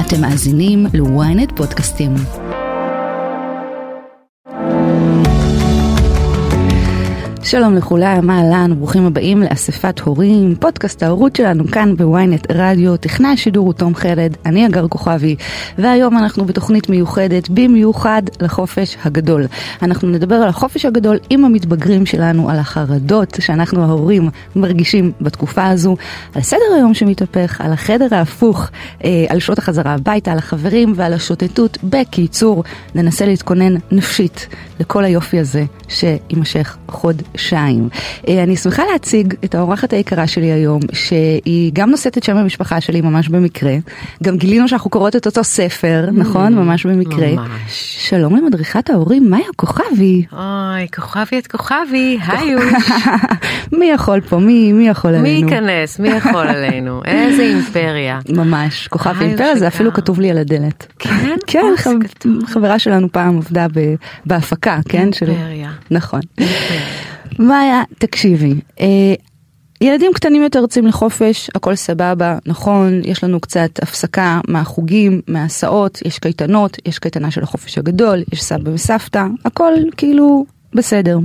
אתם מאזינים ל-ynet פודקאסטים. שלום לכולם, אהלן, ברוכים הבאים לאספת הורים, פודקאסט ההורות שלנו כאן בוויינט רדיו, טכנאי השידור הוא תום חרד, אני אגר כוכבי, והיום אנחנו בתוכנית מיוחדת, במיוחד לחופש הגדול. אנחנו נדבר על החופש הגדול עם המתבגרים שלנו, על החרדות שאנחנו ההורים מרגישים בתקופה הזו, על סדר היום שמתהפך, על החדר ההפוך, על שעות החזרה הביתה, על החברים ועל השוטטות. בקיצור, ננסה להתכונן נפשית לכל היופי הזה שימשך חודשיים. אני שמחה להציג את האורחת היקרה שלי היום, שהיא גם נושאת את שם המשפחה שלי ממש במקרה. גם גילינו שאנחנו קוראות את אותו ספר, נכון? ממש במקרה. ממש. שלום למדריכת ההורים, מאיה כוכבי. אוי, כוכבי את כוכבי, היי. מי יכול פה? מי יכול עלינו? מי ייכנס? מי יכול עלינו? איזה אימפריה. ממש, כוכבי אימפריה, זה אפילו כתוב לי על הדלת. כן? כן, חברה שלנו פעם עבדה בהפקה, כן? אימפריה. נכון. מאיה, תקשיבי, ילדים קטנים יותר יוצאים לחופש, הכל סבבה, נכון, יש לנו קצת הפסקה מהחוגים, מהסעות, יש קייטנות, יש קייטנה של החופש הגדול, יש סבא וסבתא, הכל כאילו בסדר.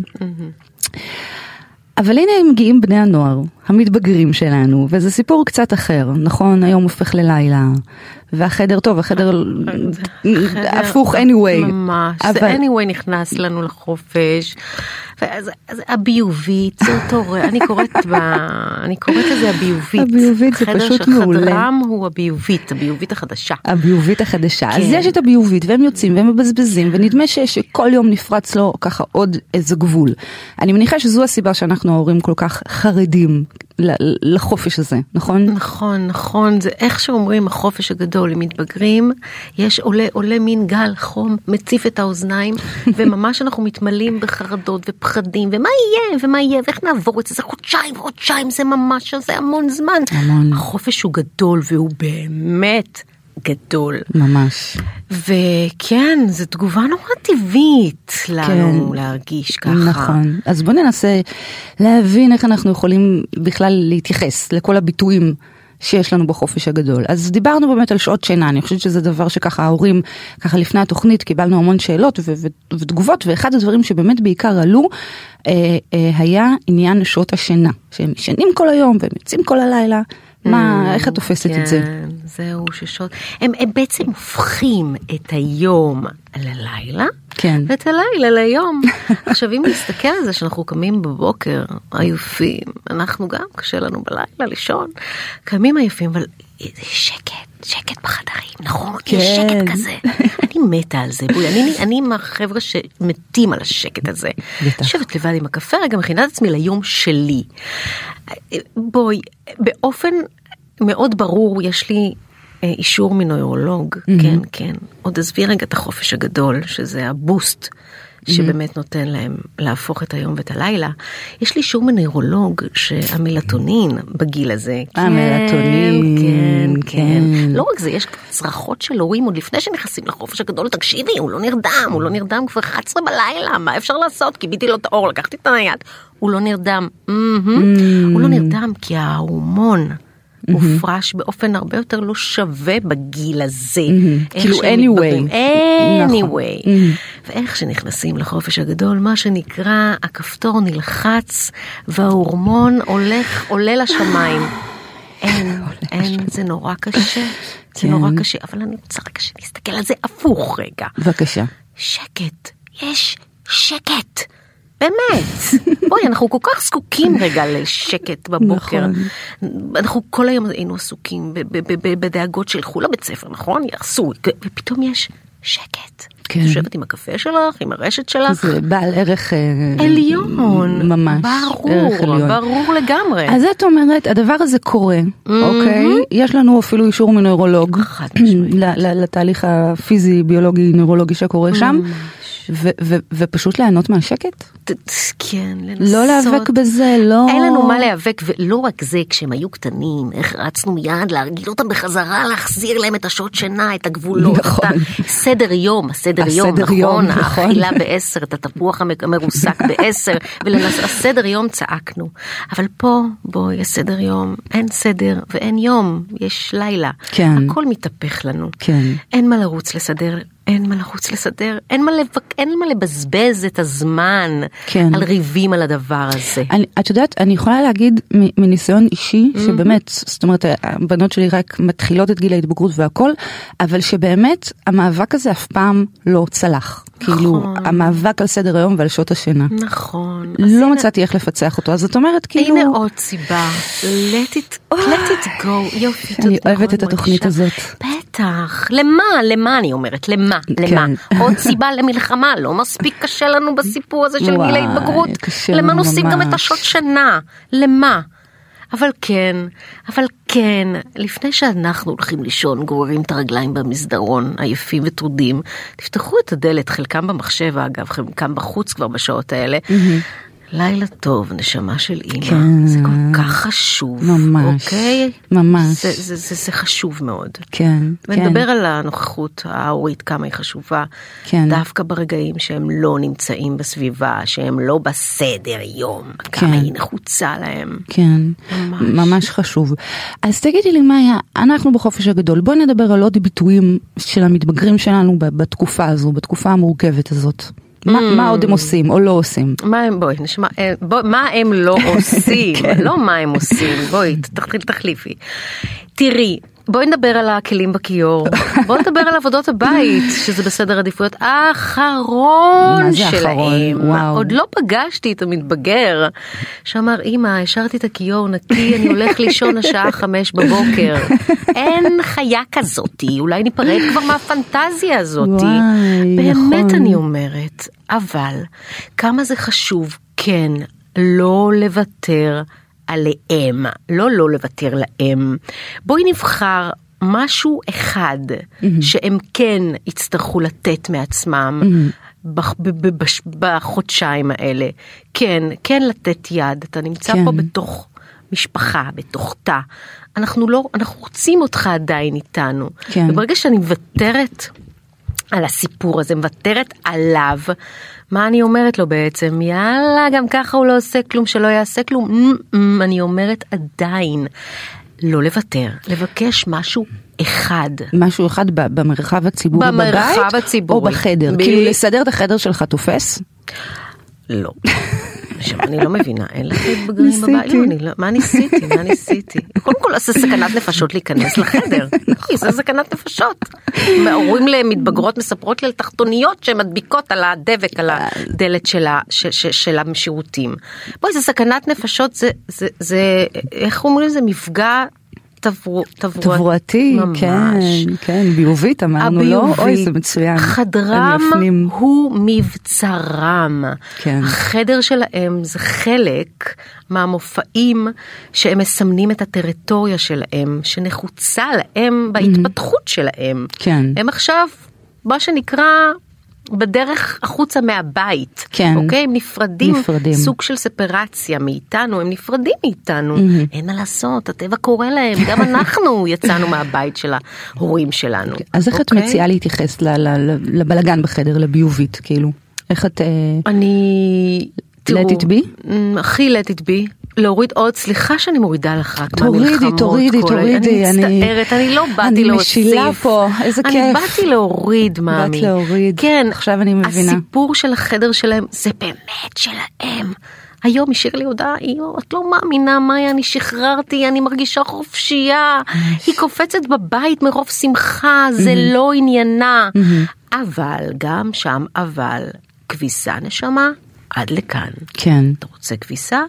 אבל הנה הם מגיעים בני הנוער, המתבגרים שלנו, וזה סיפור קצת אחר, נכון? היום הופך ללילה, והחדר טוב, החדר הפוך anyway. ממש, זה anyway נכנס לנו לחופש, אז הביובית, זה אותו, אני קוראת לזה הביובית. הביובית זה פשוט מעולה. החדר שחדרם הוא הביובית החדשה. הביובית החדשה. אז יש את הביובית, והם יוצאים והם מבזבזים, ונדמה שכל יום נפרץ לו ככה עוד איזה גבול. אני מניחה שזו הסיבה שאנחנו ההורים כל כך חרדים לחופש הזה, נכון? נכון, זה איך שאומרים החופש הגדול, הם מתבגרים, יש עולה מין גל חום, מציף את האוזניים, וממש אנחנו מתמלאים בחרדות ופחדים, ומה יהיה, ואיך נעבור את זה, חודשיים, זה ממש, זה המון זמן. החופש הוא גדול, והוא באמת גדול. ממש. וכן, זו תגובה נורא טבעית לנו להרגיש ככה. נכון. אז בוא ננסה להבין איך אנחנו יכולים בכלל להתייחס לכל הביטויים שיש לנו בחופש הגדול. אז דיברנו באמת על שעות שינה, אני חושבת שזה דבר שככה ההורים, ככה לפני התוכנית קיבלנו המון שאלות ותגובות, ואחד הדברים שבאמת בעיקר עלו, היה עניין שעות השינה, שהם ישנים כל היום והם יוצאים כל הלילה. איך את תופסת את זה? כן, זהו ששות. הם בעצם הופכים את היום ללילה, כן. ואת הלילה ליום. עכשיו, אם נסתכל על זה שאנחנו קמים בבוקר עייפים, אנחנו גם קשה לנו בלילה לישון, קמים עייפים, אבל שקט בחדרים, נכון? כן. יש שקט כזה. אני מתה על זה. אני מהחבר'ה שמתים על השקט הזה. יושבת לבד עם הקפה, רגע מכינה את עצמי ליום שלי. באופן מאוד ברור, יש לי אישור מנוירולוג, כן. עוד עזבי רגע את החופש הגדול, שזה הבוסט, שבאמת נותן להם להפוך את היום ואת הלילה. יש לי אישור מנוירולוג שהמלטונין בגיל הזה. המלטונין, כן. לא רק זה, יש צרחות של הורים, עוד לפני שנכנסים לחופש הגדול, תקשיבי, הוא לא נרדם כבר 11 בלילה, מה אפשר לעשות? קיביתי לו את האור, לקחתי את הנייד. הוא לא נרדם. הוא לא נרדם כי ההורמון הופרש באופן הרבה יותר לא שווה בגיל הזה. כאילו anyway. ואיך שנכנסים לחופש הגדול, מה שנקרא, הכפתור נלחץ, וההורמון עולה לשמיים. אין, זה נורא קשה. זה נורא קשה, אבל אני רוצה רגע שנסתכל על זה הפוך רגע. בבקשה. שקט, יש שקט. באמת. בואי, אנחנו כל כך זקוקים רגע לשקט בבוקר. אנחנו כל היום היינו עסוקים בדאגות שילכו לבית ספר, נכון? יעשו, ופתאום יש שקט. יושבת עם הקפה שלך, עם הרשת שלך. זה בעל ערך עליון. ממש. ברור לגמרי. אז את אומרת, הדבר הזה קורה, אוקיי? יש לנו אפילו אישור מנוירולוג, לתהליך הפיזי, ביולוגי, נוירולוגי שקורה שם. ופשוט ליהנות מהשקט? כן, לנסות. לא להיאבק בזה, לא... אין לנו מה להיאבק, ולא רק זה, כשהם היו קטנים, איך רצנו מיד להרגיל אותם בחזרה, להחזיר להם את השעות שינה, את הגבולות, נכון. את הסדר הסדר יום, נכון, האכילה ב10, את התפוח המרוסק ב10, ולסדר יום צעקנו. אבל פה, יש סדר יום, אין סדר ואין יום, יש לילה. כן. הכל מתהפך לנו. כן. אין מה לרוץ לסדר, אין מה לבזבז את הזמן על ריבים על הדבר הזה. את יודעת, אני יכולה להגיד מניסיון אישי, שבאמת, זאת אומרת, הבנות שלי רק מתחילות את גיל ההתבגרות והכל, אבל שבאמת המאבק הזה אף פעם לא צלח. כאילו, המאבק על סדר היום ועל שעות השינה. נכון. לא מצאתי איך לפצח אותו, אז זאת אומרת, כאילו... הנה עוד סיבה. Let it go. יופי. אני אוהבת את התוכנית הזאת. בטח. למה אני אומרת? למה? עוד סיבה למלחמה. לא מספיק קשה לנו בסיפור הזה של גיל ההתבגרות. למה נוסיף גם את השעות שינה? למה? אבל כן, לפני שאנחנו הולכים לישון, גוררים את הרגליים במסדרון, עייפים וטרודים, תפתחו את הדלת, חלקם במחשב אגב, חלקם בחוץ כבר בשעות האלה, לילה טוב, נשמה של אמא, כן. זה כל כך חשוב, ממש, אוקיי? ממש. זה חשוב מאוד. כן, ונדבר על הנוכחות ההורית, כמה היא חשובה, כן. דווקא ברגעים שהם לא נמצאים בסביבה, שהם לא בסדר יום, כן. כמה היא נחוצה להם. כן, ממש חשוב. אז תגידי לי, מאיה, אנחנו בחופש הגדול, בואי נדבר על עוד ביטויים של המתבגרים שלנו בתקופה הזו, בתקופה המורכבת הזאת. מה עוד הם עושים או לא עושים? מה הם לא עושים? לא מה הם עושים, בואי תחליפי. תראי, בואי נדבר על הכלים בכיור, בואי נדבר על עבודות הבית, שזה בסדר עדיפויות האחרון שלהם. עוד לא פגשתי את המתבגר, שאמר, אמא, השארתי את הכיור נקי, אני הולך לישון השעה 5 בבוקר. אין חיה כזאת, אולי ניפרד כבר מהפנטזיה הזאת. באמת אני אומרת, אבל כמה זה חשוב, כן, לא לוותר עליהם, לא לוותר להם. בואי נבחר משהו אחד שהם כן יצטרכו לתת מעצמם בחודשיים האלה. כן לתת יד. אתה נמצא פה בתוך משפחה, בתוך תא. אנחנו רוצים אותך עדיין איתנו. וברגע שאני מוותרת על הסיפור הזה, מוותרת עליו, מה אני אומרת לו בעצם? יאללה, גם ככה הוא לא עושה כלום, שלא יעשה כלום. אני אומרת עדיין, לא לוותר, לבקש משהו אחד. משהו אחד במרחב הציבורי בבית? במרחב הציבורי. או בחדר? כאילו לסדר את החדר שלך תופס? לא. אני לא מבינה, אין לך מתבגרים בבית? מה ניסיתי? קודם כל, זה סכנת נפשות להיכנס לחדר. זה סכנת נפשות. ההורים למתבגרות מספרות לי על תחתוניות שמדביקות על הדבק, על הדלת של השירותים. בואי, זה סכנת נפשות, זה, איך אומרים, זה מפגע תברואתי, כן, ביובית אמרנו, לא? אוי, זה מצוין. חדרם הוא מבצרם. החדר שלהם זה חלק מהמופעים שהם מסמנים את הטריטוריה שלהם, שנחוצה להם בהתפתחות שלהם. הם עכשיו, מה שנקרא, בדרך החוצה מהבית, אוקיי? הם נפרדים, סוג של ספרציה מאיתנו, הם נפרדים מאיתנו, אין מה לעשות, הטבע קורא להם, גם אנחנו יצאנו מהבית של ההורים שלנו. אז איך את מציעה להתייחס לבלגן בחדר, לביובית, כאילו? איך את... let it be? הכי let it be. להוריד עוד, סליחה שאני מורידה לך רק תורידי, אני מצטערת, אני לא באתי להוסיף. אני משילה פה, איזה כיף. אני באתי להוריד, מאמי. באת להוריד, כן, עכשיו אני מבינה. הסיפור של החדר שלהם, זה באמת שלהם. היום השאיר לי הודעה, את לא מאמינה, מאיה, אני שחררתי, אני מרגישה חופשייה. היא קופצת בבית מרוב שמחה, זה לא עניינה. אבל, גם שם, כביסה נשמה, עד לכאן. כן. אתה רוצה כביסה?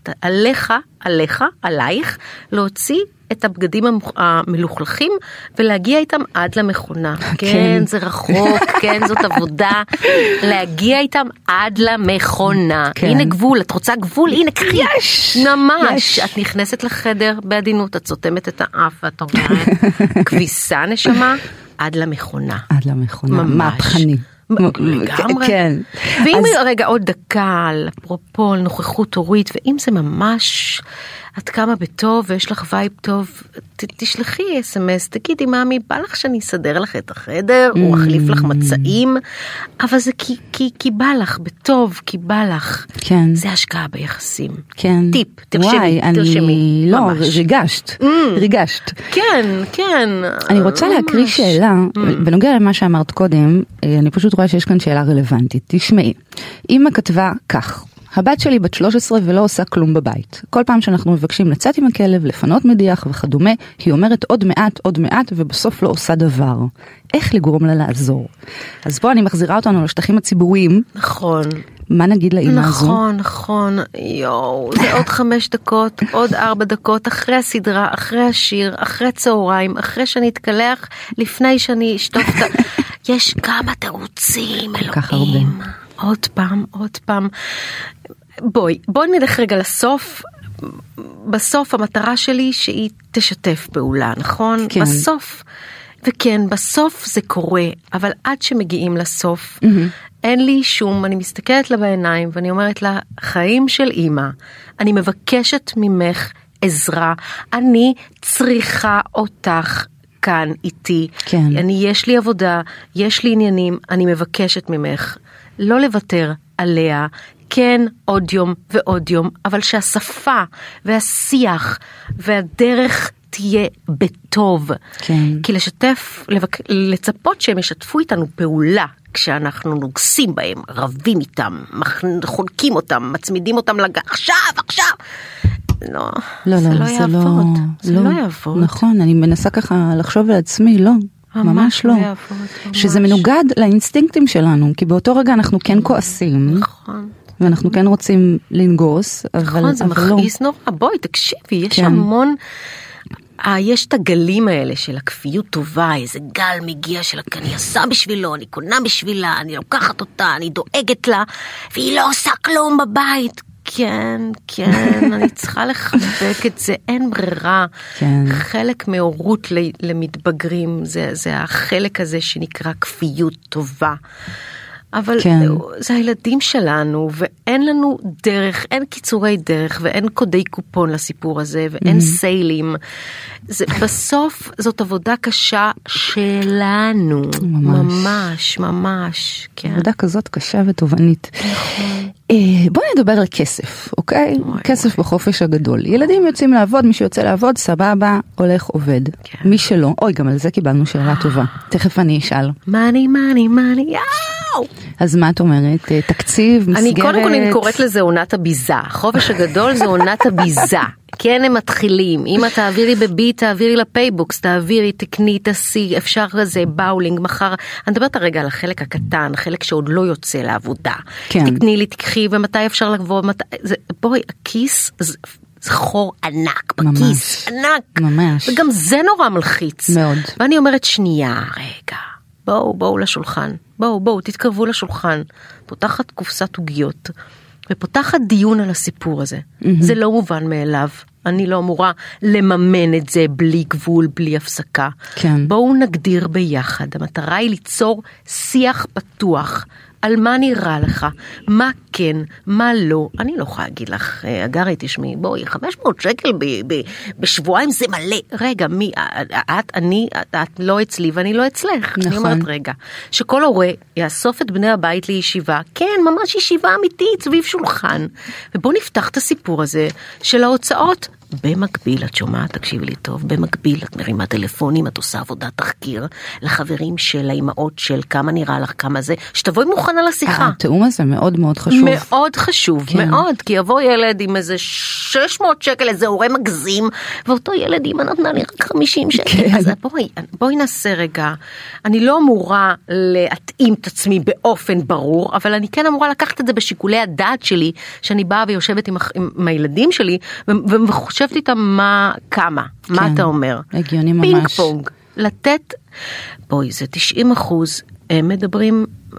עלייך, להוציא את הבגדים המלוכלכים ולהגיע איתם עד למכונה. כן, זה רחוק, כן, זאת עבודה. להגיע איתם עד למכונה. הנה גבול, את רוצה גבול? הנה, קחי. ממש. את נכנסת לחדר בעדינות, את סותמת את האף, ואת אומרת, כביסה נשמה, עד למכונה. עד למכונה, מהפכני. לגמרי. ואם רגע עוד דקה על אפרופו נוכחות הורית, ואם זה ממש את קמה בטוב ויש לך וייב טוב, תשלחי SMS, תגידי מאמי, בא לך שאני אסדר לך את החדר, או אחליף לך מצעים, אבל זה כי בא לך בטוב, כי בא לך. כן. זה השקעה ביחסים. כן. טיפ, תרשמי. לא, ריגשת. כן, כן. אני רוצה להקריא שאלה, בנוגע למה שאמרת קודם, אני פשוט רואה שיש כאן שאלה רלוונטית. תשמעי, אמא כתבה כך, הבת שלי בת 13 ולא עושה כלום בבית. כל פעם שאנחנו מבקשים לצאת עם הכלב, לפנות מדיח וכדומה, היא אומרת עוד מעט, ובסוף לא עושה דבר. איך לגרום לה לעזור? אז פה אני מחזירה אותנו לשטחים הציבוריים. נכון. מה נגיד לאמא הזו? נכון. יואו, זה עוד 5 דקות, עוד 4 דקות, אחרי הסדרה, אחרי השיר, אחרי צהריים, אחרי שאני אתקלח, לפני שאני אשטוף את... יש כמה תירוצים, אלוהים. עוד פעם. בואי נלך רגע לסוף. בסוף המטרה שלי שהיא תשתף פעולה, נכון? כן. בסוף זה קורה, אבל עד שמגיעים לסוף, אין לי שום, אני מסתכלת לה בעיניים, ואני אומרת לה, חיים של אמא, אני מבקשת ממך עזרה, אני צריכה אותך כאן איתי, כן. יש לי עבודה, יש לי עניינים, אני מבקשת ממך, לא לוותר עליה, כן, עוד יום ועוד יום, אבל שהשפה והשיח והדרך תהיה בטוב. כן. כי לצפות שהם ישתפו איתנו פעולה, כשאנחנו נוגסים בהם, רבים איתם, חונקים אותם, מצמידים אותם עכשיו. לא, זה לא יעבוד. נכון, אני מנסה ככה לחשוב על עצמי, לא. ממש לא. שזה מנוגד לאינסטינקטים שלנו, כי באותו רגע אנחנו כן כועסים. נכון. ואנחנו כן רוצים לנגוס, אבל לא. נכון, זה מכעיס נורא. בואי, תקשיבי, יש המון... יש את הגלים האלה של הכפיות טובה, איזה גל מגיע של אני עושה בשבילו, אני קונה בשבילה, אני לוקחת אותה, אני דואגת לה, והיא לא עושה כלום בבית. כן, אני צריכה לחבק את זה, אין ברירה. כן. חלק מהורות למתבגרים, זה החלק הזה שנקרא כפיות טובה. אבל זה הילדים שלנו, ואין לנו דרך, אין קיצורי דרך, ואין קודי קופון לסיפור הזה, ואין סיילים. בסוף זאת עבודה קשה שלנו. ממש. כן. עבודה כזאת קשה ותובענית. בוא נדבר על כסף, אוקיי? כסף בחופש הגדול. ילדים יוצאים לעבוד, מי שיוצא לעבוד, סבבה, הולך עובד. מי שלא, גם על זה קיבלנו שאלה טובה. תכף אני אשאל. money, יאו! אז מה את אומרת? תקציב, מסגרת? אני קודם כל קוראת לזה עונת הביזה. חופש הגדול זה עונת הביזה. כן, הם מתחילים. אם את תעבירי בבי, תעבירי לפייבוקס, תעבירי, תקני, תעשי, אפשר לזה, באולינג, מחר. אני מדברת הרגע על החלק הקטן, החלק שעוד לא יוצא לעבודה. כן. תקני לי, תקחי, ומתי אפשר לבוא, בואי, הכיס, זה חור ענק בכיס. ענק. ממש. וגם זה נורא מלחיץ. מאוד. ואני אומרת, שנייה, רגע. בואו לשולחן. בואו, תתקרבו לשולחן. פותחת קופסת עוגיות. ופותחת דיון על הסיפור הזה. זה לא מובן מאליו. אני לא אמורה לממן את זה בלי גבול, בלי הפסקה. כן. בואו נגדיר ביחד. המטרה היא ליצור שיח פתוח. על מה נראה לך, מה כן, מה לא. אני לא יכולה להגיד לך, אגרי, תשמעי, בואי, 500 שקל בשבועיים זה מלא. רגע, את לא אצלי ואני לא אצלך. נכון. אני אומרת, רגע, שכל הורה יאסוף את בני הבית לישיבה, כן, ממש ישיבה אמיתית סביב שולחן, ובוא נפתח את הסיפור הזה של ההוצאות. במקביל, את שומעת, תקשיבי לי טוב, במקביל את מרימה טלפונים, את עושה עבודת תחקיר לחברים של האימהות של כמה נראה לך, כמה זה, שתבואי מוכנה לשיחה. התאום הזה מאוד מאוד חשוב. מאוד חשוב, כן. מאוד, כי יבוא ילד עם איזה 600 שקל, איזה הורה מגזים, ואותו ילד אימא נתנה לי רק 50 שקל. כן. אז בואי נעשה רגע, אני לא אמורה להתאים את עצמי באופן ברור, אבל אני כן אמורה לקחת את זה בשיקולי הדעת שלי, שאני באה ויושבת עם הילדים שלי, וחושבת איתם כמה, מה אתה אומר? הגיוני ממש. פינג פונג, לתת, בואי, זה 90%, הם מדברים, 10%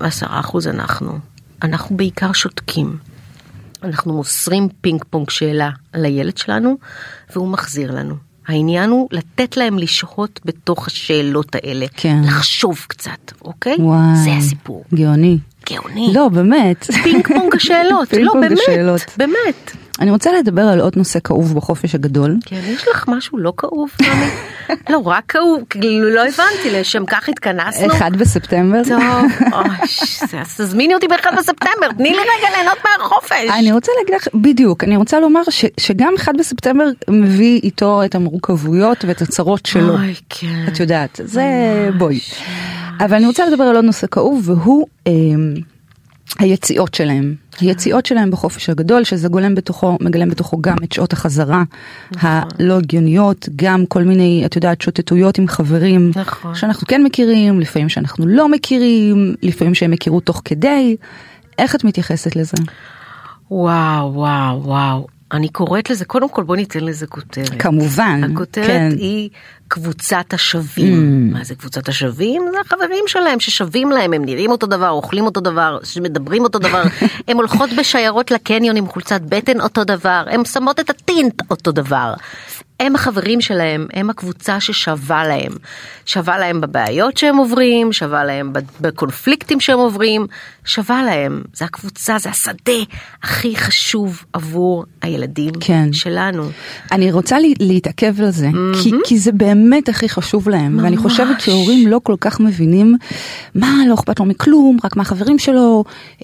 אנחנו בעיקר שותקים. אנחנו מוסרים פינג פונג שאלה לילד שלנו, והוא מחזיר לנו. העניין הוא לתת להם לשהות בתוך השאלות האלה. כן. לחשוב קצת, אוקיי? וואי. זה הסיפור. גאוני. גאוני. לא, באמת. פינג פונג השאלות. לא, באמת. באמת. אני רוצה לדבר על עוד נושא כאוב בחופש הגדול. כן, יש לך משהו לא כאוב, נעמי? לא, רק כאוב, כאילו לא הבנתי, לשם כך התכנסנו. 1 בספטמבר. טוב, אז תזמיני אותי ב1 בספטמבר, תני לי רגע ליהנות מהחופש. אני רוצה להגיד לך, בדיוק, אני רוצה לומר שגם 1 בספטמבר מביא איתו את המורכבויות ואת הצרות שלו. אוי, כן. את יודעת, זה בואי. אבל אני רוצה לדבר על עוד נושא כאוב, והוא היציאות שלהם. היציאות שלהם בחופש הגדול, שזה מגלם בתוכו גם את שעות החזרה הלא הגיוניות, גם כל מיני, את יודעת, שוטטויות עם חברים, שאנחנו כן מכירים, לפעמים שאנחנו לא מכירים, לפעמים שהם מכירו תוך כדי. איך את מתייחסת לזה? וואו, וואו, וואו. אני קוראת לזה, קודם כל בוא ניתן לזה כותרת. כמובן. הכותרת היא קבוצת השווים. מה זה קבוצת השווים? זה החברים שלהם ששווים להם, הם נראים אותו דבר, אוכלים אותו דבר, שמדברים אותו דבר, הם הולכות בשיירות לקניון עם חולצת בטן אותו דבר, הם שמות את הטינט אותו דבר. הם החברים שלהם, הם הקבוצה ששווה להם. שווה להם בבעיות שהם עוברים, שווה להם בקונפליקטים שהם עוברים, שווה להם. זה הקבוצה, זה השדה הכי חשוב עבור הילדים שלנו. אני רוצה להתעכב על זה, כי זה באמת הכי חשוב להם. ואני חושבת שהורים לא כל כך מבינים מה, לא אכפת לו מכלום, רק מהחברים שלו,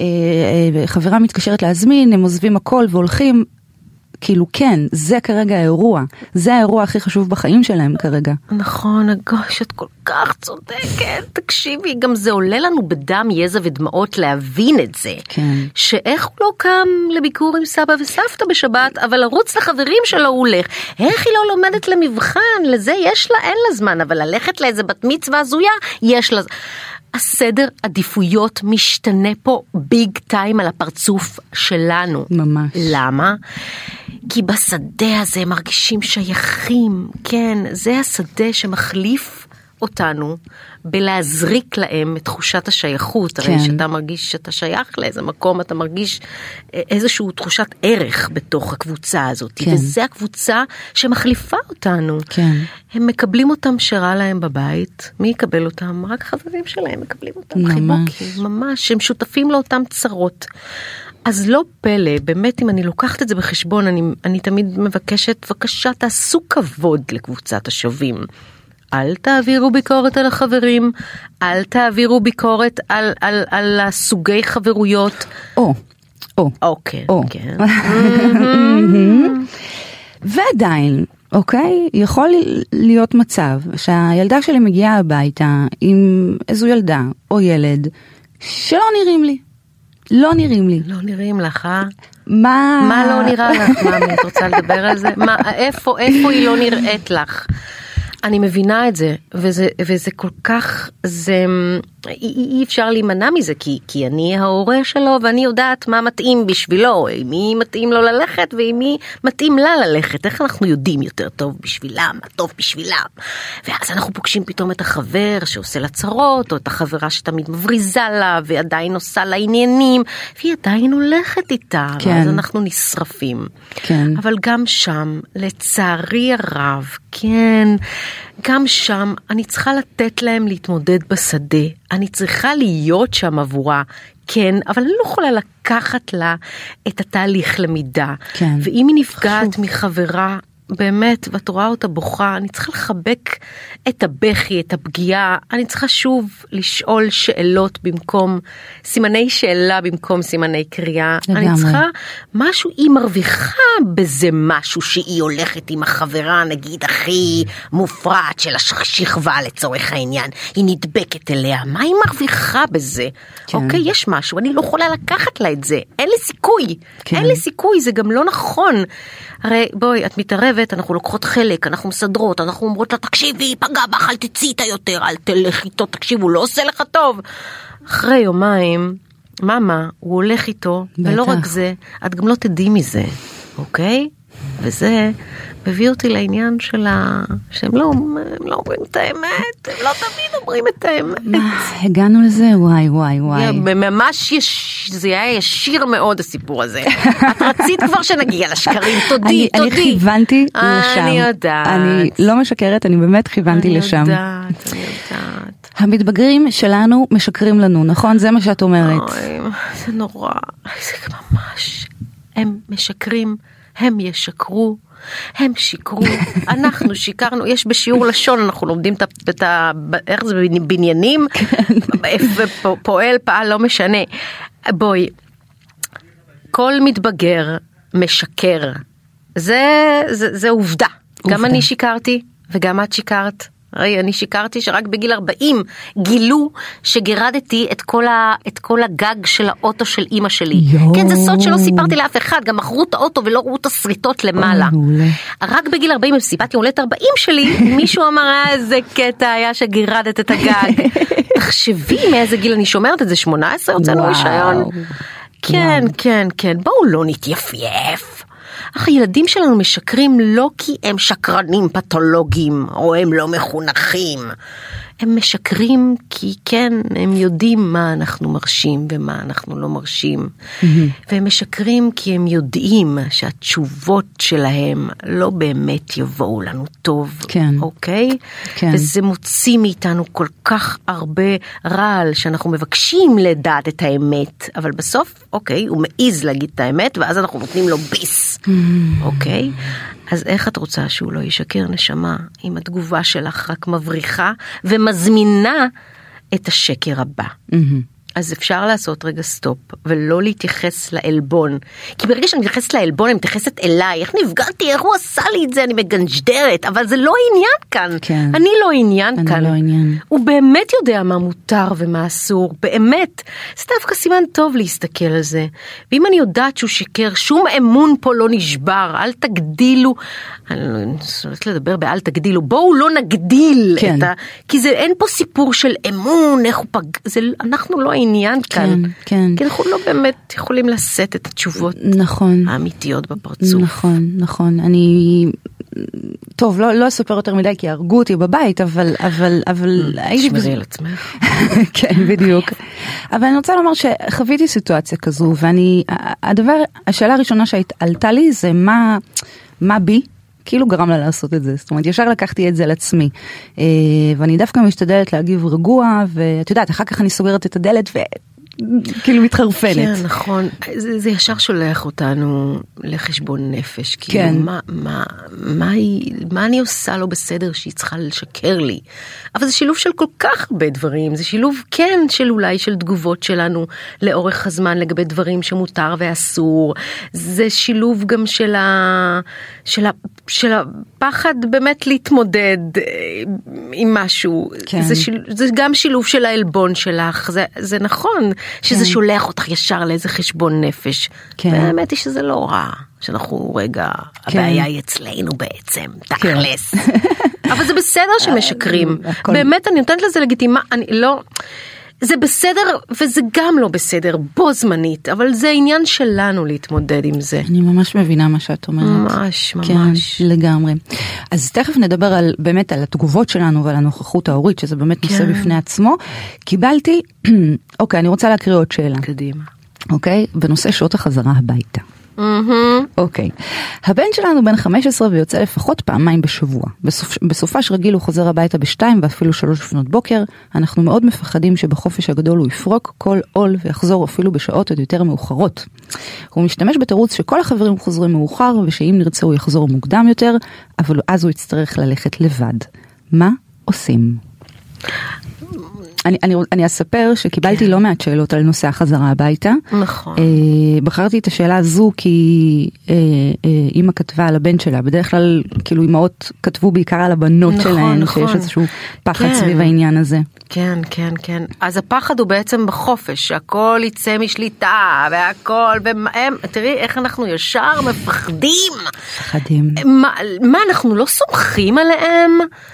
חברה מתקשרת להזמין, הם עוזבים הכל והולכים. כאילו כן, זה כרגע האירוע, זה האירוע הכי חשוב בחיים שלהם כרגע. נכון, הגוש, את כל כך צודקת, תקשיבי, גם זה עולה לנו בדם, יזע ודמעות להבין את זה. כן. שאיך הוא לא קם לביקור עם סבא וסבתא בשבת, אבל לרוץ לחברים שלו הוא הולך. איך היא לא לומדת למבחן, לזה יש לה, אין לה זמן, אבל ללכת לאיזה בת מצווה הזויה, יש לה... הסדר עדיפויות משתנה פה ביג טיים על הפרצוף שלנו. ממש. למה? כי בשדה הזה מרגישים שייכים, כן, זה השדה שמחליף אותנו בלהזריק להם את תחושת השייכות, הרי שאתה מרגיש שאתה שייך לאיזה מקום, אתה מרגיש איזושהי תחושת ערך בתוך הקבוצה הזאת, וזה הקבוצה שמחליפה אותנו. הם מקבלים אותם שרע להם בבית, מי יקבל אותם? רק חברים שלהם מקבלים אותם, חיבוקים, ממש, הם שותפים לאותם צרות. אז לא פלא, באמת אם אני לוקחת את זה בחשבון, אני תמיד מבקשת, בבקשה תעשו כבוד לקבוצת השווים. אל תעבירו ביקורת על החברים, אל תעבירו ביקורת על הסוגי חברויות. כן. ועדיין, אוקיי, יכול להיות מצב שהילדה שלי מגיעה הביתה עם איזו ילדה או ילד שלא נראים לי. לא נראים לי. לא נראים לך, אה? מה לא נראה לך, מאמי? את רוצה לדבר על זה? איפה היא לא נראית לך? אני מבינה את זה, וזה כל כך, אי אפשר להימנע מזה, כי אני ההורה שלו, ואני יודעת מה מתאים בשבילו, מי מתאים לו ללכת, ומי מתאים לה ללכת, איך אנחנו יודעים יותר טוב בשבילם, מה טוב בשבילם, ואז אנחנו פוגשים פתאום את החבר שעושה לה צרות, או את החברה שתמיד מבריזה לה, ועדיין עושה לה עניינים, והיא עדיין הולכת איתה, ואז אנחנו נשרפים. אבל גם שם, לצערי הרב, גם שם אני צריכה לתת להם להתמודד בשדה, אני צריכה להיות שם עבורה, כן, אבל אני לא יכולה לקחת לה את התהליך למידה, ואם היא נפגעת מחברה, באמת, ואת רואה אותה בוכה, אני צריכה לחבק את הבכי, את הפגיעה, אני צריכה שוב לשאול שאלות במקום, סימני שאלה במקום סימני קריאה, אני צריכה משהו, היא מרוויחה בזה משהו שהיא הולכת עם החברה, נגיד הכי מופרעת של השכבה לצורך העניין, היא נדבקת אליה, מה היא מרוויחה בזה? אוקיי, יש משהו, אני לא יכולה לקחת לה את זה, אין לי סיכוי, אין לי סיכוי, זה גם לא נכון, הרי בואי, את מתערבת, אנחנו לוקחות חלק, אנחנו מסדרות, אנחנו אומרות לה, תקשיבי, פגע בך, אל תצאי איתה יותר, אל תלך איתו, תקשיב, הוא לא עושה לך טוב. אחרי יומיים, מאמה, הוא הולך איתו, ולא רק זה, את גם לא תדעי מזה, אוקיי? וזה מביא אותי לעניין שהם לא אומרים את האמת, הם לא תמיד אומרים את האמת. הגענו לזה, וואי. ממש זה היה ישיר מאוד הסיפור הזה. את רצית כבר שנגיע לשקרים, תודי. אני כיוונתי לשם. אני יודעת. אני לא משקרת, אני באמת כיוונתי לשם. אני יודעת. המתבגרים שלנו משקרים לנו, נכון? זה מה שאת אומרת. זה נורא, זה ממש. הם משקרים הם ישקרו, הם שיקרו, אנחנו שיקרנו, יש בשיעור לשון, אנחנו לומדים איך זה בניינים, פועל, פעל, לא משנה. בואי, כל מתבגר משקר, זה עובדה. גם אני שיקרתי, וגם את שיקרת. אני שיקרתי שרק בגיל 40 גילו שגירדתי את כל הגג של האוטו של אמא שלי. כן, זה סוד שלא סיפרתי לאף אחד, גם מכרו את האוטו ולא ראו את הסריטות למעלה. רק בגיל 40 סיפרתי הולדת 40 שלי, מישהו אמר, איזה קטע היה שגירדת את הגג. תחשבי מאיזה גיל אני שומרת את זה, 18 הוצאנו רישיון. כן, כן, כן, בואו לא נתייפייף. אך הילדים שלנו משקרים לא כי הם שקרנים פתולוגיים, או הם לא מחונכים. הם משקרים כי כן, הם יודעים מה אנחנו מרשים ומה אנחנו לא מרשים. והם משקרים כי הם יודעים שהתשובות שלהם לא באמת יבואו לנו טוב. כן. אוקיי? כן. וזה מוציא מאיתנו כל כך הרבה רעל שאנחנו מבקשים לדעת את האמת, אבל בסוף, אוקיי, הוא מעיז להגיד את האמת, ואז אנחנו נותנים לו ביס. אוקיי? אז איך את רוצה שהוא לא ישקר, נשמה, אם התגובה שלך רק מבריחה ומזמינה את השקר הבא? אז אפשר לעשות רגע סטופ, ולא להתייחס לאלבון. כי ברגע שאני מתייחסת לאלבון, אני מתייחסת אליי. איך נפגעתי, איך הוא עשה לי את זה, אני מגנג'דרת. אבל זה לא עניין כאן. כן. אני לא עניין כאן. אני לא עניין. הוא באמת יודע מה מותר ומה אסור. באמת. זה דווקא סימן טוב להסתכל על זה. ואם אני יודעת שהוא שיקר, שום אמון פה לא נשבר. אל תגדילו. אני לא יודעת לדבר באל תגדילו. בואו לא נגדיל. כן. כי אין פה סיפור של אמון, איך הוא אנחנו לא עניין כאן. כן. כי אנחנו לא באמת יכולים לשאת את התשובות האמיתיות בפרצוף. נכון. אני, טוב, לא אספר יותר מדי כי הרגו אותי בבית, אבל שמרי על עצמך. כן, בדיוק. אבל אני רוצה לומר שחוויתי סיטואציה כזו, השאלה הראשונה שעלתה לי זה מה בי? כאילו גרם לה לעשות את זה, זאת אומרת, ישר לקחתי את זה על עצמי, ואני דווקא משתדלת להגיב רגוע, ואת יודעת, אחר כך אני סוגרת את הדלת, וכאילו מתחרפנת. כן, נכון, זה ישר שולח אותנו לחשבון נפש, כאילו, כן. מה אני עושה לא בסדר שהיא צריכה לשקר לי? אבל זה שילוב של כל כך הרבה דברים, זה שילוב, כן, של אולי של תגובות שלנו לאורך הזמן לגבי דברים שמותר ואסור, זה שילוב גם של הפחד באמת להתמודד עם משהו, כן. זה גם שילוב של האלבון שלך, זה נכון שזה שולח אותך ישר לאיזה חשבון נפש, והאמת היא שזה לא רע, שאנחנו רגע, הבעיה היא אצלנו בעצם, תכלס. אבל זה בסדר שמשקרים, באמת אני נותנת לזה לגיטימה, אני לא... זה בסדר וזה גם לא בסדר, בו זמנית, אבל זה עניין שלנו להתמודד עם זה. אני ממש מבינה מה שאת אומרת. ממש. כן, לגמרי. אז תכף נדבר באמת על התגובות שלנו ועל הנוכחות ההורית, שזה באמת נושא בפני עצמו. קיבלתי, אוקיי, אני רוצה להקריא עוד שאלה. קדימה. אוקיי, בנושא שעות החזרה הביתה. אוקיי. הבן שלנו בן 15 ויוצא לפחות פעמיים בשבוע. בסופש רגיל הוא חוזר הביתה ב2 ואפילו 3 לפנות בוקר. אנחנו מאוד מפחדים שבחופש הגדול הוא יפרוק כל עול ויחזור אפילו בשעות עוד יותר מאוחרות. הוא משתמש בתירוץ שכל החברים חוזרים מאוחר ושאם נרצה הוא יחזור מוקדם יותר, אבל אז הוא יצטרך ללכת לבד. מה עושים? אני אספר שקיבלתי לא מעט שאלות על נושא החזרה הביתה. נכון. בחרתי את השאלה הזו כי אמא כתבה על הבן שלה. בדרך כלל, כאילו אמאות כתבו בעיקר על הבנות שלהן, שיש איזשהו פחד סביב העניין הזה. כן. אז הפחד הוא בעצם בחופש, שהכל יצא משליטה, והכל, תראי איך אנחנו ישר מפחדים. מה, אנחנו לא סומכים עליהם?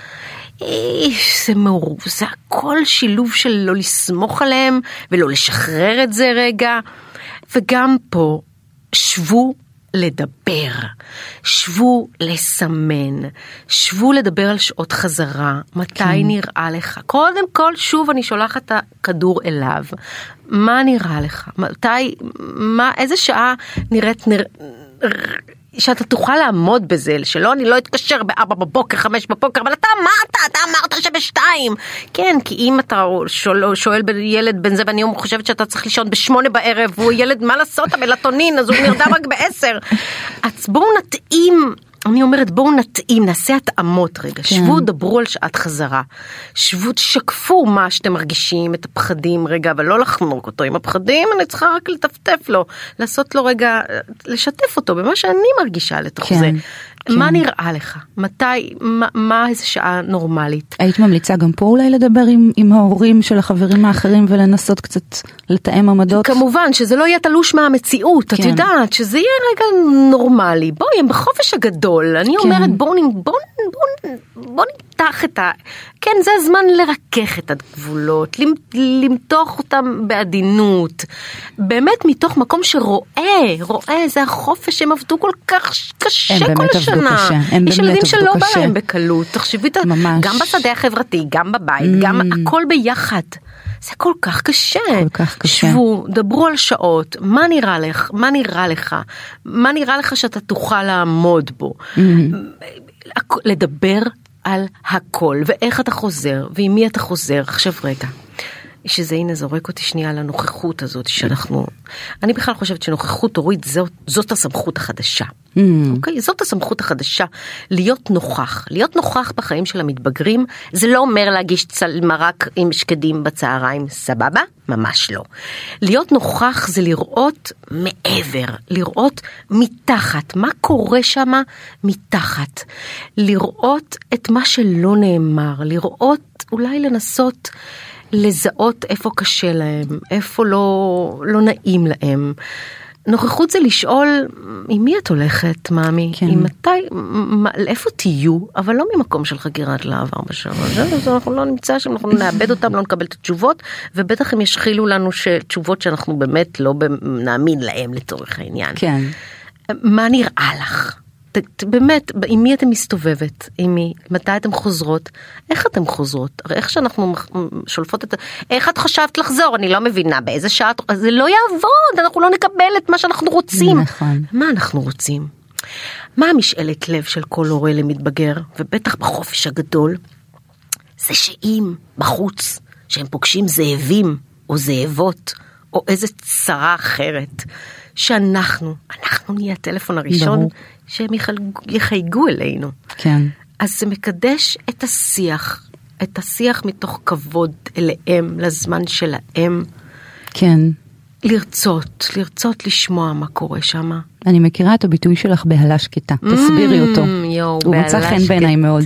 זה הכל שילוב של לא לסמוך עליהם ולא לשחרר את זה רגע. וגם פה שבו לדבר, שבו לסמן, שבו לדבר על שעות חזרה, מתי נראה לך. קודם כל שוב אני שולחת את הכדור אליו, מה נראה לך, מתי, איזה שעה נראית שאתה תוכל לעמוד בזה, שלא, אני לא אתקשר ב4 בבוקר, 5 בבוקר, אבל אתה אמרת שב2. כן, כי אם אתה שואל ילד בן זה, ואני חושבת שאתה צריך לישון ב8 בערב, והוא ילד, מה לעשות, המלטונין, אז הוא נרדם רק ב10. אז בואו נתאים, אני אומרת, בואו נתאים, נעשה התאמות רגע, שבו, דברו על שעת חזרה, שבו, תשקפו מה שאתם מרגישים, את הפחדים רגע, אבל לא לחנוק אותו עם הפחדים, אני צריכה רק לטפטף לו, לעשות לו רגע, לשתף אותו במה שאני מרגישה לתוך זה. מה נראה לך? מתי, מה איזו שעה נורמלית? היית ממליצה גם פה אולי לדבר עם ההורים של החברים האחרים ולנסות קצת לתאם עמדות? כמובן, שזה לא יהיה תלוש מהמציאות, את יודעת, שזה יהיה רגע נורמלי. בואי, הם בחופש הגדול, אני אומרת, בואו נמתח את כן, זה הזמן לרכך את הגבולות, למתוח אותם בעדינות, באמת מתוך מקום שרואה, זה החופש, הם עבדו כל כך קשה כל השנה. יש ילדים שלא בא להם בקלות, תחשבי, גם בשדה החברתי, גם בבית, גם הכל ביחד. זה כל כך קשה. שבו, דברו על שעות, מה נראה לך? מה נראה לך שאתה תוכל לעמוד בו? לדבר על הכל, ואיך אתה חוזר, ועם מי אתה חוזר. עכשיו רגע, שזה הנה זורק אותי שנייה לנוכחות הזאת, אני בכלל חושבת שנוכחות הורית זאת הסמכות החדשה. אוקיי? זאת הסמכות החדשה, להיות נוכח בחיים של המתבגרים, זה לא אומר להגיש מרק עם שקדים בצהריים, סבבה? ממש לא. להיות נוכח זה לראות מעבר, לראות מתחת, מה קורה שם מתחת, לראות את מה שלא נאמר, לראות, אולי לנסות לזהות איפה קשה להם, איפה לא נעים להם. נוכחות זה לשאול, עם מי את הולכת, מאמי? עם מתי, איפה תהיו? אבל לא ממקום של חגירת להב 4 שעות. אז אנחנו לא נמצא שם, אנחנו נאבד אותם, לא נקבל את התשובות, ובטח הם ישחילו לנו תשובות שאנחנו באמת לא נאמין להם לצורך העניין. כן. מה נראה לך? באמת, עם מי אתם מסתובבת? עם מי? מתי אתם חוזרות? איך אתם חוזרות? הרי איך שאנחנו שולפות איך את חשבת לחזור? אני לא מבינה באיזה שעה, זה לא יעבוד, אנחנו לא נקבל את מה שאנחנו רוצים. נכון. מה אנחנו רוצים? מה המשאלת לב של כל הורה למתבגר, ובטח בחופש הגדול? זה שאם בחוץ, שהם פוגשים זאבים או זאבות, או איזה צרה אחרת, שאנחנו נהיה הטלפון הראשון, שהם יחייגו אלינו. כן. אז זה מקדש את השיח מתוך כבוד אליהם, לזמן שלהם. כן. לרצות לשמוע מה קורה שם. אני מכירה את הביטוי שלך בהלה שקטה, תסבירי אותו. הוא מצא חן בעיניי מאוד.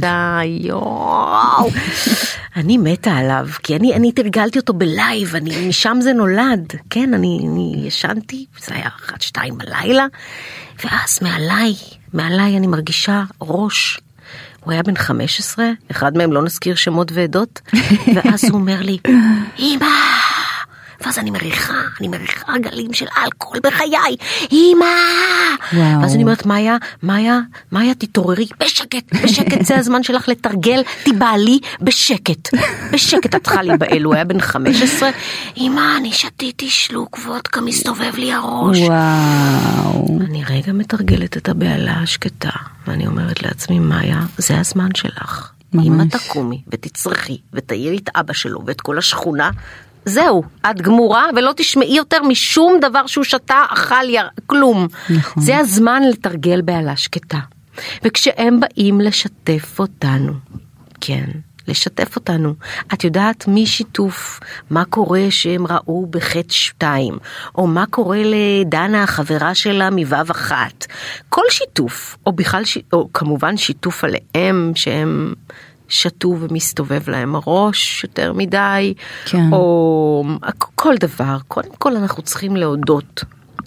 אני מתה עליו, כי אני תרגלתי אותו בלייב, משם זה נולד, כן, אני ישנתי, זה היה 1-2 בלילה, ואז מעליי אני מרגישה ראש, הוא היה בן 15, אחד מהם לא נזכיר שמות ועדות, ואז הוא אומר לי, אמא, ואז אני מריחה גלים של אלכוהול בחיי, אמא! ואז אני אומרת, מאיה, תתעוררי, בשקט, זה הזמן שלך לתרגל, תיבעלי בשקט את צריכה להיבעל, הוא היה בן 15, אמא, אני שתיתי שלוק וודקה, מסתובב לי הראש. וואו. אני רגע מתרגלת את הבעלה השקטה, ואני אומרת לעצמי, מאיה, זה הזמן שלך. אם את תקומי ותצרכי, ותעירי את אבא שלו ואת כל השכונה, זהו, את גמורה ולא תשמעי יותר משום דבר שהוא שתה, אכל, כלום. נכון. זה הזמן לתרגל בעלה שקטה. וכשהם באים לשתף אותנו, כן, לשתף אותנו, את יודעת משיתוף, מה קורה שהם ראו בחטא 2, או מה קורה לדנה, החברה שלה מבב 1, כל שיתוף, או בכלל, או כמובן שיתוף עליהם שהם שתו ומסתובב להם הראש יותר מדי, כן. או כל דבר. קודם כל אנחנו צריכים להודות.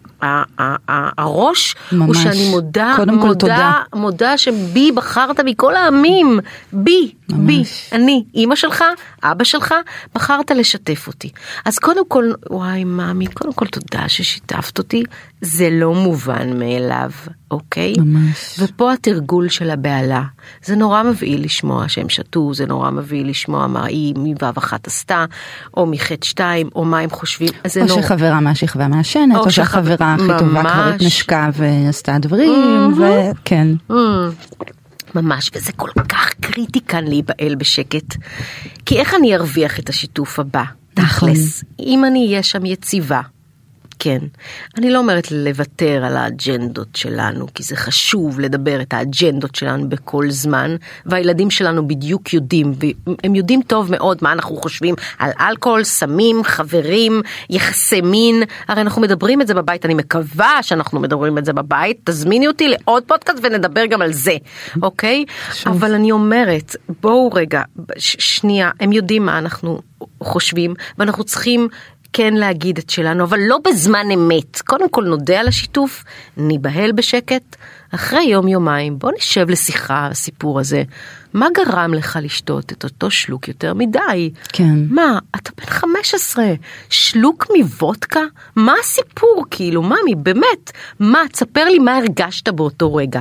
הראש ממש. הוא שאני קודם כל תודה. מודה שבי בחרת מכל העמים, בי, בי, אני, אמא שלך, אבא שלך, בחרת לשתף אותי. אז קודם כל, וואי מאמי, קודם כל תודה ששיתפת אותי, זה לא מובן מאליו, אוקיי? ממש. ופה התרגול של הבעלה, זה נורא מביא לשמוע שהם שתו, זה נורא מביא לשמוע מה היא מו"ב אחת עשתה, או מחטא 2, או מה הם חושבים. או שחברה מהשכבה מעשנת, או שהחברה הכי טובה כבר התנשקה ועשתה דברים, וכן. ממש, וזה כל כך קריטי כאן להיבעל בשקט. כי איך אני ארוויח את השיתוף הבא? תכלס, אם אני אהיה שם יציבה, כן. אני לא אומרת לוותר על האג'נדות שלנו, כי זה חשוב לדבר את האג'נדות שלנו בכל זמן, והילדים שלנו בדיוק יודעים, והם יודעים טוב מאוד מה אנחנו חושבים על אלכוהול, סמים, חברים, יחסי מין, הרי אנחנו מדברים את זה בבית, אני מקווה שאנחנו מדברים את זה בבית, תזמיני אותי לעוד פודקאסט ונדבר גם על זה, אוקיי? אבל אני אומרת, בואו רגע, שנייה, הם יודעים מה אנחנו חושבים, ואנחנו צריכים כן להגיד את שלנו, אבל לא בזמן אמת. קודם כל נודה על השיתוף, ניבהל בשקט, אחרי יום-יומיים, בוא נשב לשיחה, הסיפור הזה. מה גרם לך לשתות את אותו שלוק יותר מדי? כן. מה, אתה בן 15, שלוק מבודקה? מה הסיפור כאילו? ממי, באמת? מה, תספר לי מה הרגשת באותו רגע.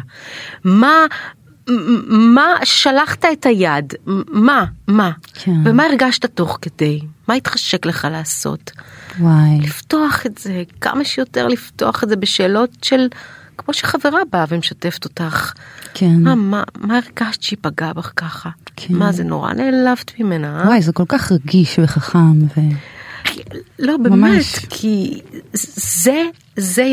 מה שלחת את היד? מה? כן. ומה הרגשת תוך כדי? מה התחשק לך לעשות? וואי. לפתוח את זה, כמה שיותר לפתוח את זה בשאלות של, כמו שחברה באה ומשתפת אותך. כן. מה הרגשת שהיא פגעה בך ככה? כן. מה זה נורא נעלבת ממנה? וואי, זה כל כך רגיש וחכם לא, באמת, ממש. כי זה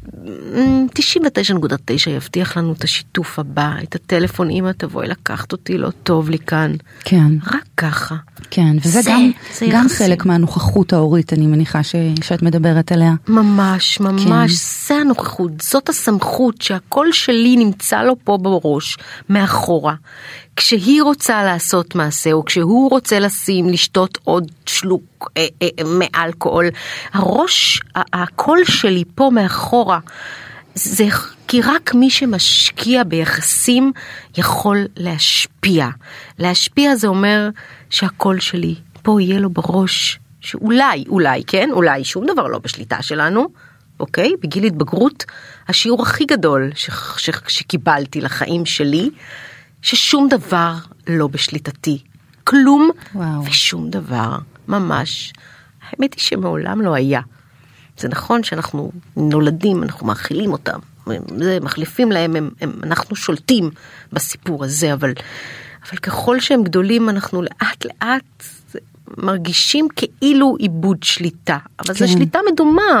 99.9 יבטיח לנו את השיתוף הבא, את הטלפון, אמא תבואי לקחת אותי, לא טוב לי כאן. כן. רק ככה. כן, וזה גם חלק מהנוכחות ההורית, אני מניחה שאת מדברת עליה. ממש, זה הנוכחות, זאת הסמכות שהקול שלי נמצא לו פה בראש, מאחורה. כשהיא רוצה לעשות מעשה, או כשהוא רוצה לשתות עוד שלוק מאלכוהול, הראש, הקול שלי פה מאחורה, זה כי רק מי שמשקיע ביחסים יכול להשפיע. להשפיע זה אומר שהקול שלי פה יהיה לו בראש, שאולי, כן? אולי שום דבר לא בשליטה שלנו, אוקיי? בגיל התבגרות, השיעור הכי גדול שקיבלתי לחיים שלי, ששום דבר לא בשליטתי. כלום ושום דבר. ממש. האמת היא שמעולם לא היה. זה נכון שאנחנו נולדים, אנחנו מאכילים אותם, מחליפים להם, אנחנו שולטים בסיפור הזה, אבל ככל שהם גדולים, אנחנו לאט לאט מרגישים כאילו איבוד שליטה. אבל זו שליטה מדומה.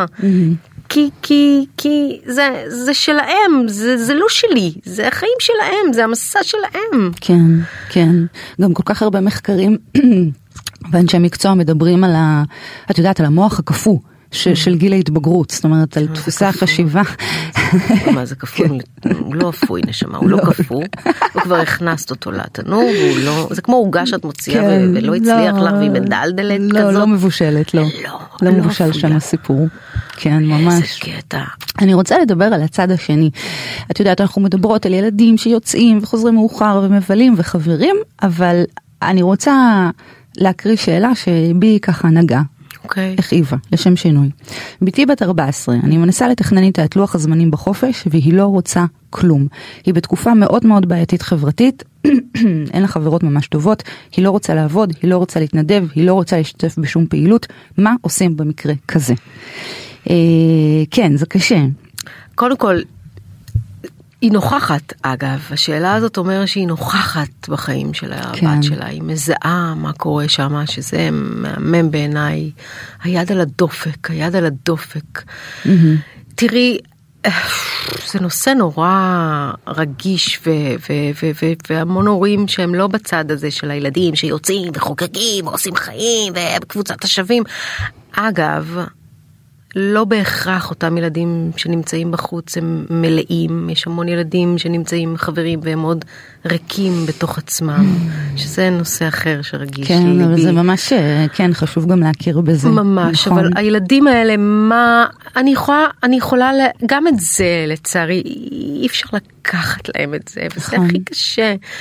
כי זה שלהם, זה לא שלי, זה החיים שלהם, זה המסע שלהם. כן. גם כל כך הרבה מחקרים ואנשי מקצוע מדברים על את יודעת, על המוח הקפוא של גיל ההתבגרות, זאת אומרת, על דפוסי החשיבה. מה זה קפוא? הוא לא אפוי נשמה, הוא לא קפוא, הוא כבר הכנסת אותו לתנור, זה כמו עוגה שאת מוציאה ולא הצליח לך, והיא מדלדלת כזאת. לא מבושלת, לא מבושל שם הסיפור. כן, ממש. איזה קטע. אני רוצה לדבר על הצד השני. את יודעת, אנחנו מדברות על ילדים שיוצאים וחוזרים מאוחר ומבלים וחברים, אבל אני רוצה להקריא שאלה שבי ככה נגע. הכאיבה, לשם שינוי. ביתי בת 14, אני מנסה לתכנן איתה את לוח הזמנים בחופש, והיא לא רוצה כלום. היא בתקופה מאוד מאוד בעייתית חברתית, אין לה חברות ממש טובות, היא לא רוצה לעבוד, היא לא רוצה להתנדב, היא לא רוצה להשתתף בשום פעילות. מה עושים במקרה כזה? כן, זה קשה. קודם כל, היא נוכחת, אגב, השאלה הזאת אומרת שהיא נוכחת בחיים של הבת שלה, היא מזהה מה קורה שם, שזה מהמם בעיניי, היד על הדופק. תראי, זה נושא נורא רגיש, והמון הורים שהם לא בצד הזה של הילדים, שיוצאים וחוגגים, ועושים חיים, ובקבוצת השווים. אגב, לא בהכרח אותם ילדים שנמצאים בחוץ הם מלאים, יש המון ילדים שנמצאים חברים והם עוד ריקים בתוך עצמם, שזה נושא אחר שרגיש כן, לליבי. אבל זה ממש, כן, חשוב גם להכיר בזה. ממש, נכון. אבל הילדים האלה, אני יכולה, גם את זה לצערי, אי אפשר לקחת להם את זה, וזה הכי קשה.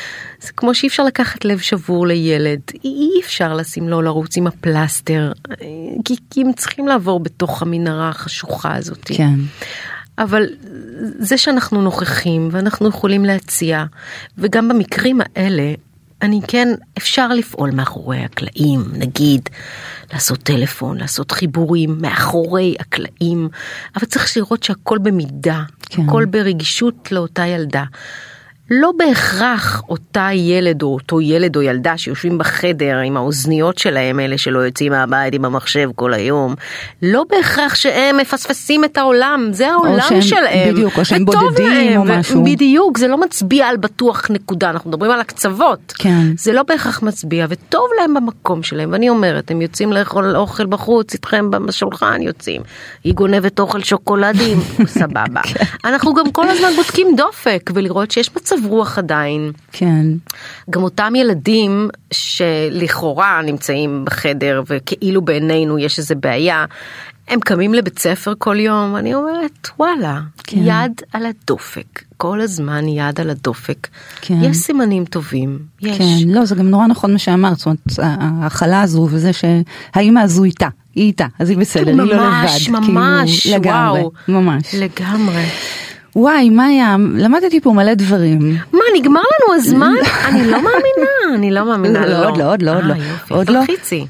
כמו שאי אפשר לקחת לב שבור לילד, אי אפשר לשים לו לרוץ עם הפלסטר, כי הם צריכים לעבור בתוך המנהרה החשוכה הזאת. כן. אבל זה שאנחנו נוכחים ואנחנו יכולים להציע, וגם במקרים האלה, אפשר לפעול מאחורי הקלעים, נגיד, לעשות טלפון, לעשות חיבורים מאחורי הקלעים, אבל צריך לראות שהכל במידה, הכל ברגישות לאותה ילדה. לא בהכרח אותה ילד או אותו ילד או ילדה שיושבים בחדר עם האוזניות שלהם, אלה שלא יוצאים מהבית עם המחשב כל היום, לא בהכרח שהם מפספסים את העולם, זה העולם שלהם. בדיוק, או שהם בודדים או משהו. בדיוק, זה לא מצביע על בטוח נקודה, אנחנו מדברים על הקצוות. כן. זה לא בהכרח מצביע, וטוב להם במקום שלהם, ואני אומרת, הם יוצאים לאכול אוכל בחוץ, איתכם בשולחן יוצאים, היא גונבת אוכל שוקולדים, סבבה. אנחנו גם כל הזמן בודקים דופק, ולראות שיש מצב רוח עדיין. כן. גם אותם ילדים שלכאורה נמצאים בחדר וכאילו בעינינו יש איזה בעיה, הם קמים לבית ספר כל יום, אני אומרת, וואלה, כן. יד על הדופק, כל הזמן יד על הדופק. כן. יש סימנים טובים. יש. כן, לא, זה גם נורא נכון מה שאמרת, זאת אומרת, ההאכלה הזו וזה שהאמא הזו איתה, היא איתה, אז היא בסדר, היא לא לבד. ממש, כאילו, לגמרי, וואו. ממש. לגמרי. וואי, מאיה, למדתי פה מלא דברים. מה, נגמר לנו הזמן? אני לא מאמינה. לא, עוד לא. עוד לא? תלחיצי.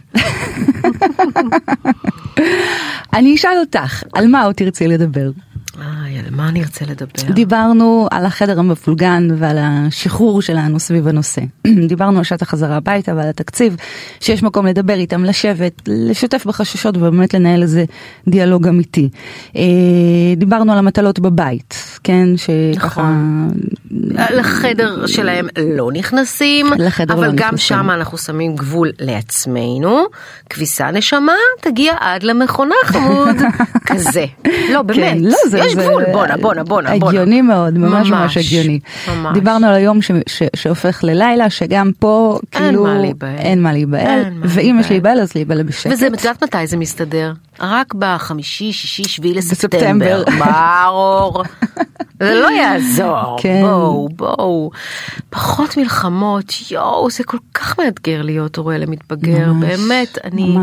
אני אשאל אותך, על מה עוד תרצי לדבר? על מה אני ארצה לדבר? דיברנו על החדר המפולגן ועל השחרור שלנו סביב הנושא. דיברנו על שעת החזרה הביתה ועל התקציב, שיש מקום לדבר איתם, לשבת, לשתף בחששות ובאמת לנהל איזה דיאלוג אמיתי. דיברנו על המטלות בבית, כן? שככה... לחדר שלהם לא נכנסים, אבל גם שם אנחנו שמים גבול לעצמנו, כביסה נשמה, תגיע עד למכונה חמוד, כזה. לא, באמת, יש גבול, בונה. הגיוני מאוד, ממש הגיוני. דיברנו על היום שהופך ללילה, שגם פה כאילו אין מה להיבהל, ואם יש להיבהל אז להיבהל בשקט. וזה מצאת מתי זה מסתדר? רק בחמישי, שישי, שביעי לספטמבר. ברור. זה לא יעזור. בואו. פחות מלחמות, יואו, זה כל כך מאתגר להיות הורה למתבגר. באמת,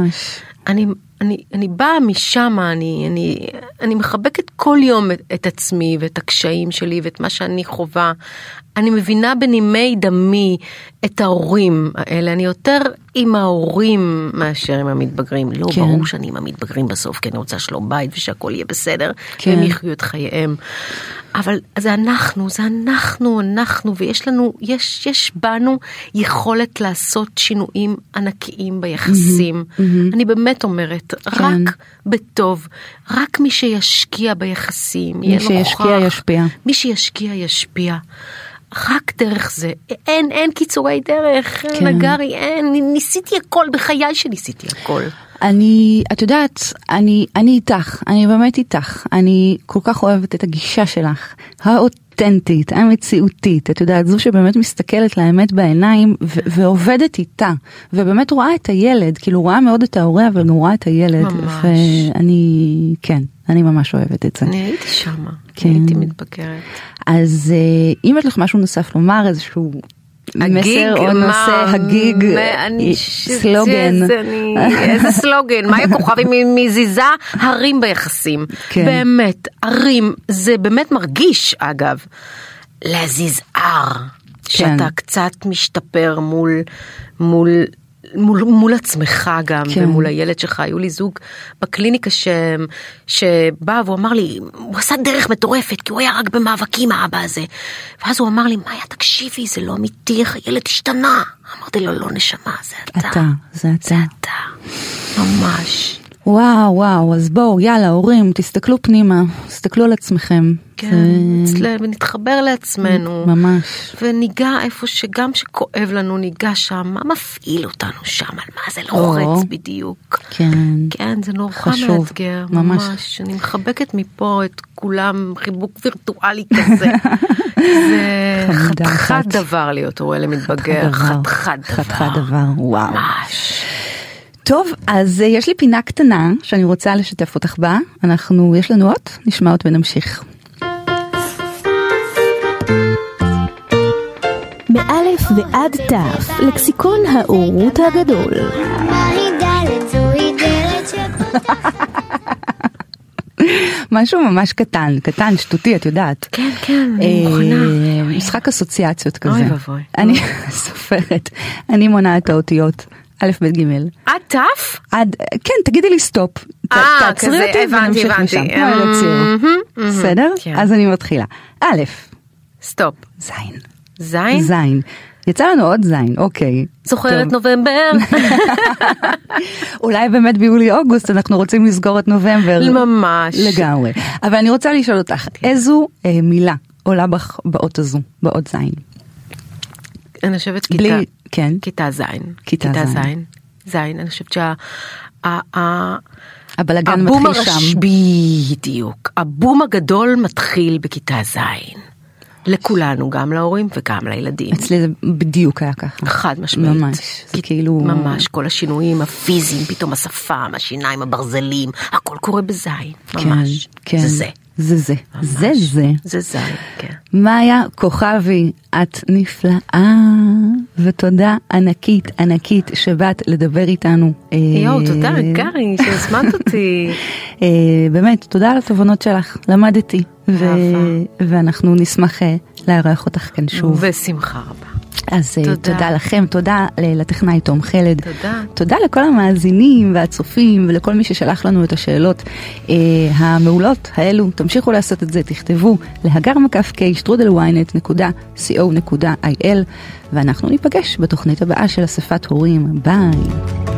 אני באה משם, אני מחבקת כל יום את עצמי ואת הקשיים שלי ואת מה שאני חובה. אני מבינה בנימי דמי את ההורים האלה. אני יותר עם ההורים מאשר עם המתבגרים. לא ברור שאני עם המתבגרים בסוף, כי אני רוצה שלום בית ושהכל יהיה בסדר, והם יחיו את חייהם. אבל זה אנחנו, ויש לנו, יש בנו יכולת לעשות שינויים ענקיים ביחסים. אני באמת אומרת, רק בטוב, רק מי שישקיע ביחסים, מי שישקיע ישפיע. מי שישקיע ישפיע. רק דרך זה, אין קיצורי דרך, נגרי, ניסיתי הכל, בחיי שניסיתי הכל. את יודעת, אני איתך, אני באמת איתך, אני כל כך אוהבת את הגישה שלך, האותנטית, המציאותית, את יודעת, זו שבאמת מסתכלת לאמת בעיניים ועובדת איתה, ובאמת רואה את הילד, כאילו רואה מאוד את ההורה, אבל גם רואה את הילד, ואני, כן, אני ממש אוהבת את זה. אני הייתי שמה, הייתי מתבגרת. אז אם יש לך משהו נוסף לומר, איזשהו... מסר או נושא, הגיג, סלוגן. איזה סלוגן? מה הכוכבים מזיזה? הרים ביחסים. באמת, הרים, זה באמת מרגיש, אגב, להזיז הר, שאתה קצת משתפר מול עצמך גם, ומול הילד שלך. היו לי זוג בקליניקה שבא והוא אמר לי, הוא עשה דרך מטורפת, כי הוא היה רק במאבקים האבא הזה. ואז הוא אמר לי, מאיה, תקשיבי, זה לא אמיתי, איך הילד השתנה. אמרתי לו, לא נשמה, זה אתה. זה אתה. ממש. וואו, אז בואו, יאללה, הורים, תסתכלו פנימה, תסתכלו על עצמכם. כן, ונתחבר לעצמנו. ממש. וניגע איפה שגם שכואב לנו, ניגע שם, מה מפעיל אותנו שם, על מה זה לוחץ בדיוק. כן, זה נורא מאתגר, ממש. אני מחבקת מפה את כולם, חיבוק וירטואלי כזה. זה חתיכת דבר להיות הורה למתבגר, חתיכת דבר, וואו. ממש. טוב, אז יש לי פינה קטנה שאני רוצה לשתף אותך בה. יש לנו עוד, נשמע עוד ונמשיך. מאלף ועד תף, לקסיקון האורות הגדול. משהו ממש קטן, שטותי, את יודעת. כן, אני מוכנה. משחק אסוציאציות כזה. אוי ובוי. אני סופרת, אני מונה את האותיות. א' ב' ג'. עד תף? כן, תגידי לי סטופ. תעצרי אותי ונמשיך משם. בסדר? אז אני מתחילה. א', סטופ. זין. זין? זין. יצא לנו עוד זין, אוקיי. זוכרת נובמבר? אולי באמת ביולי-אוגוסט אנחנו רוצים לסגור את נובמבר. ממש. לגמרי. אבל אני רוצה לשאול אותך, איזו מילה עולה בך באות הזו, באות זין? אני חושבת כיתה זין. כיתה זין. זין, אני חושבת הבלגן מתחיל שם. בדיוק. הבום הגדול מתחיל בכיתה זין. לכולנו, גם להורים וגם לילדים. אצלי זה בדיוק היה ככה. חד משמעית. ממש. זה כאילו... ממש, כל השינויים הפיזיים, פתאום השפם, השיניים, הברזלים, הכל קורה בזין. ממש. כן. זה זה. זה. זה זין, כן. מאיה כוכבי, את נפלאה, ותודה ענקית שבאת לדבר איתנו. יואו, תודה גרי, שהזמנת אותי. באמת, תודה על התובנות שלך, למדתי, ואנחנו נשמח לארח אותך כאן שוב. בשמחה רבה. אז תודה לכם, תודה לטכנאי תום חלד. תודה. תודה לכל המאזינים והצופים ולכל מי ששלח לנו את השאלות המעולות האלו. תמשיכו לעשות את זה, תכתבו להגר_k@ynet.co.il ואנחנו ניפגש בתוכנית הבאה של אספת הורים. ביי.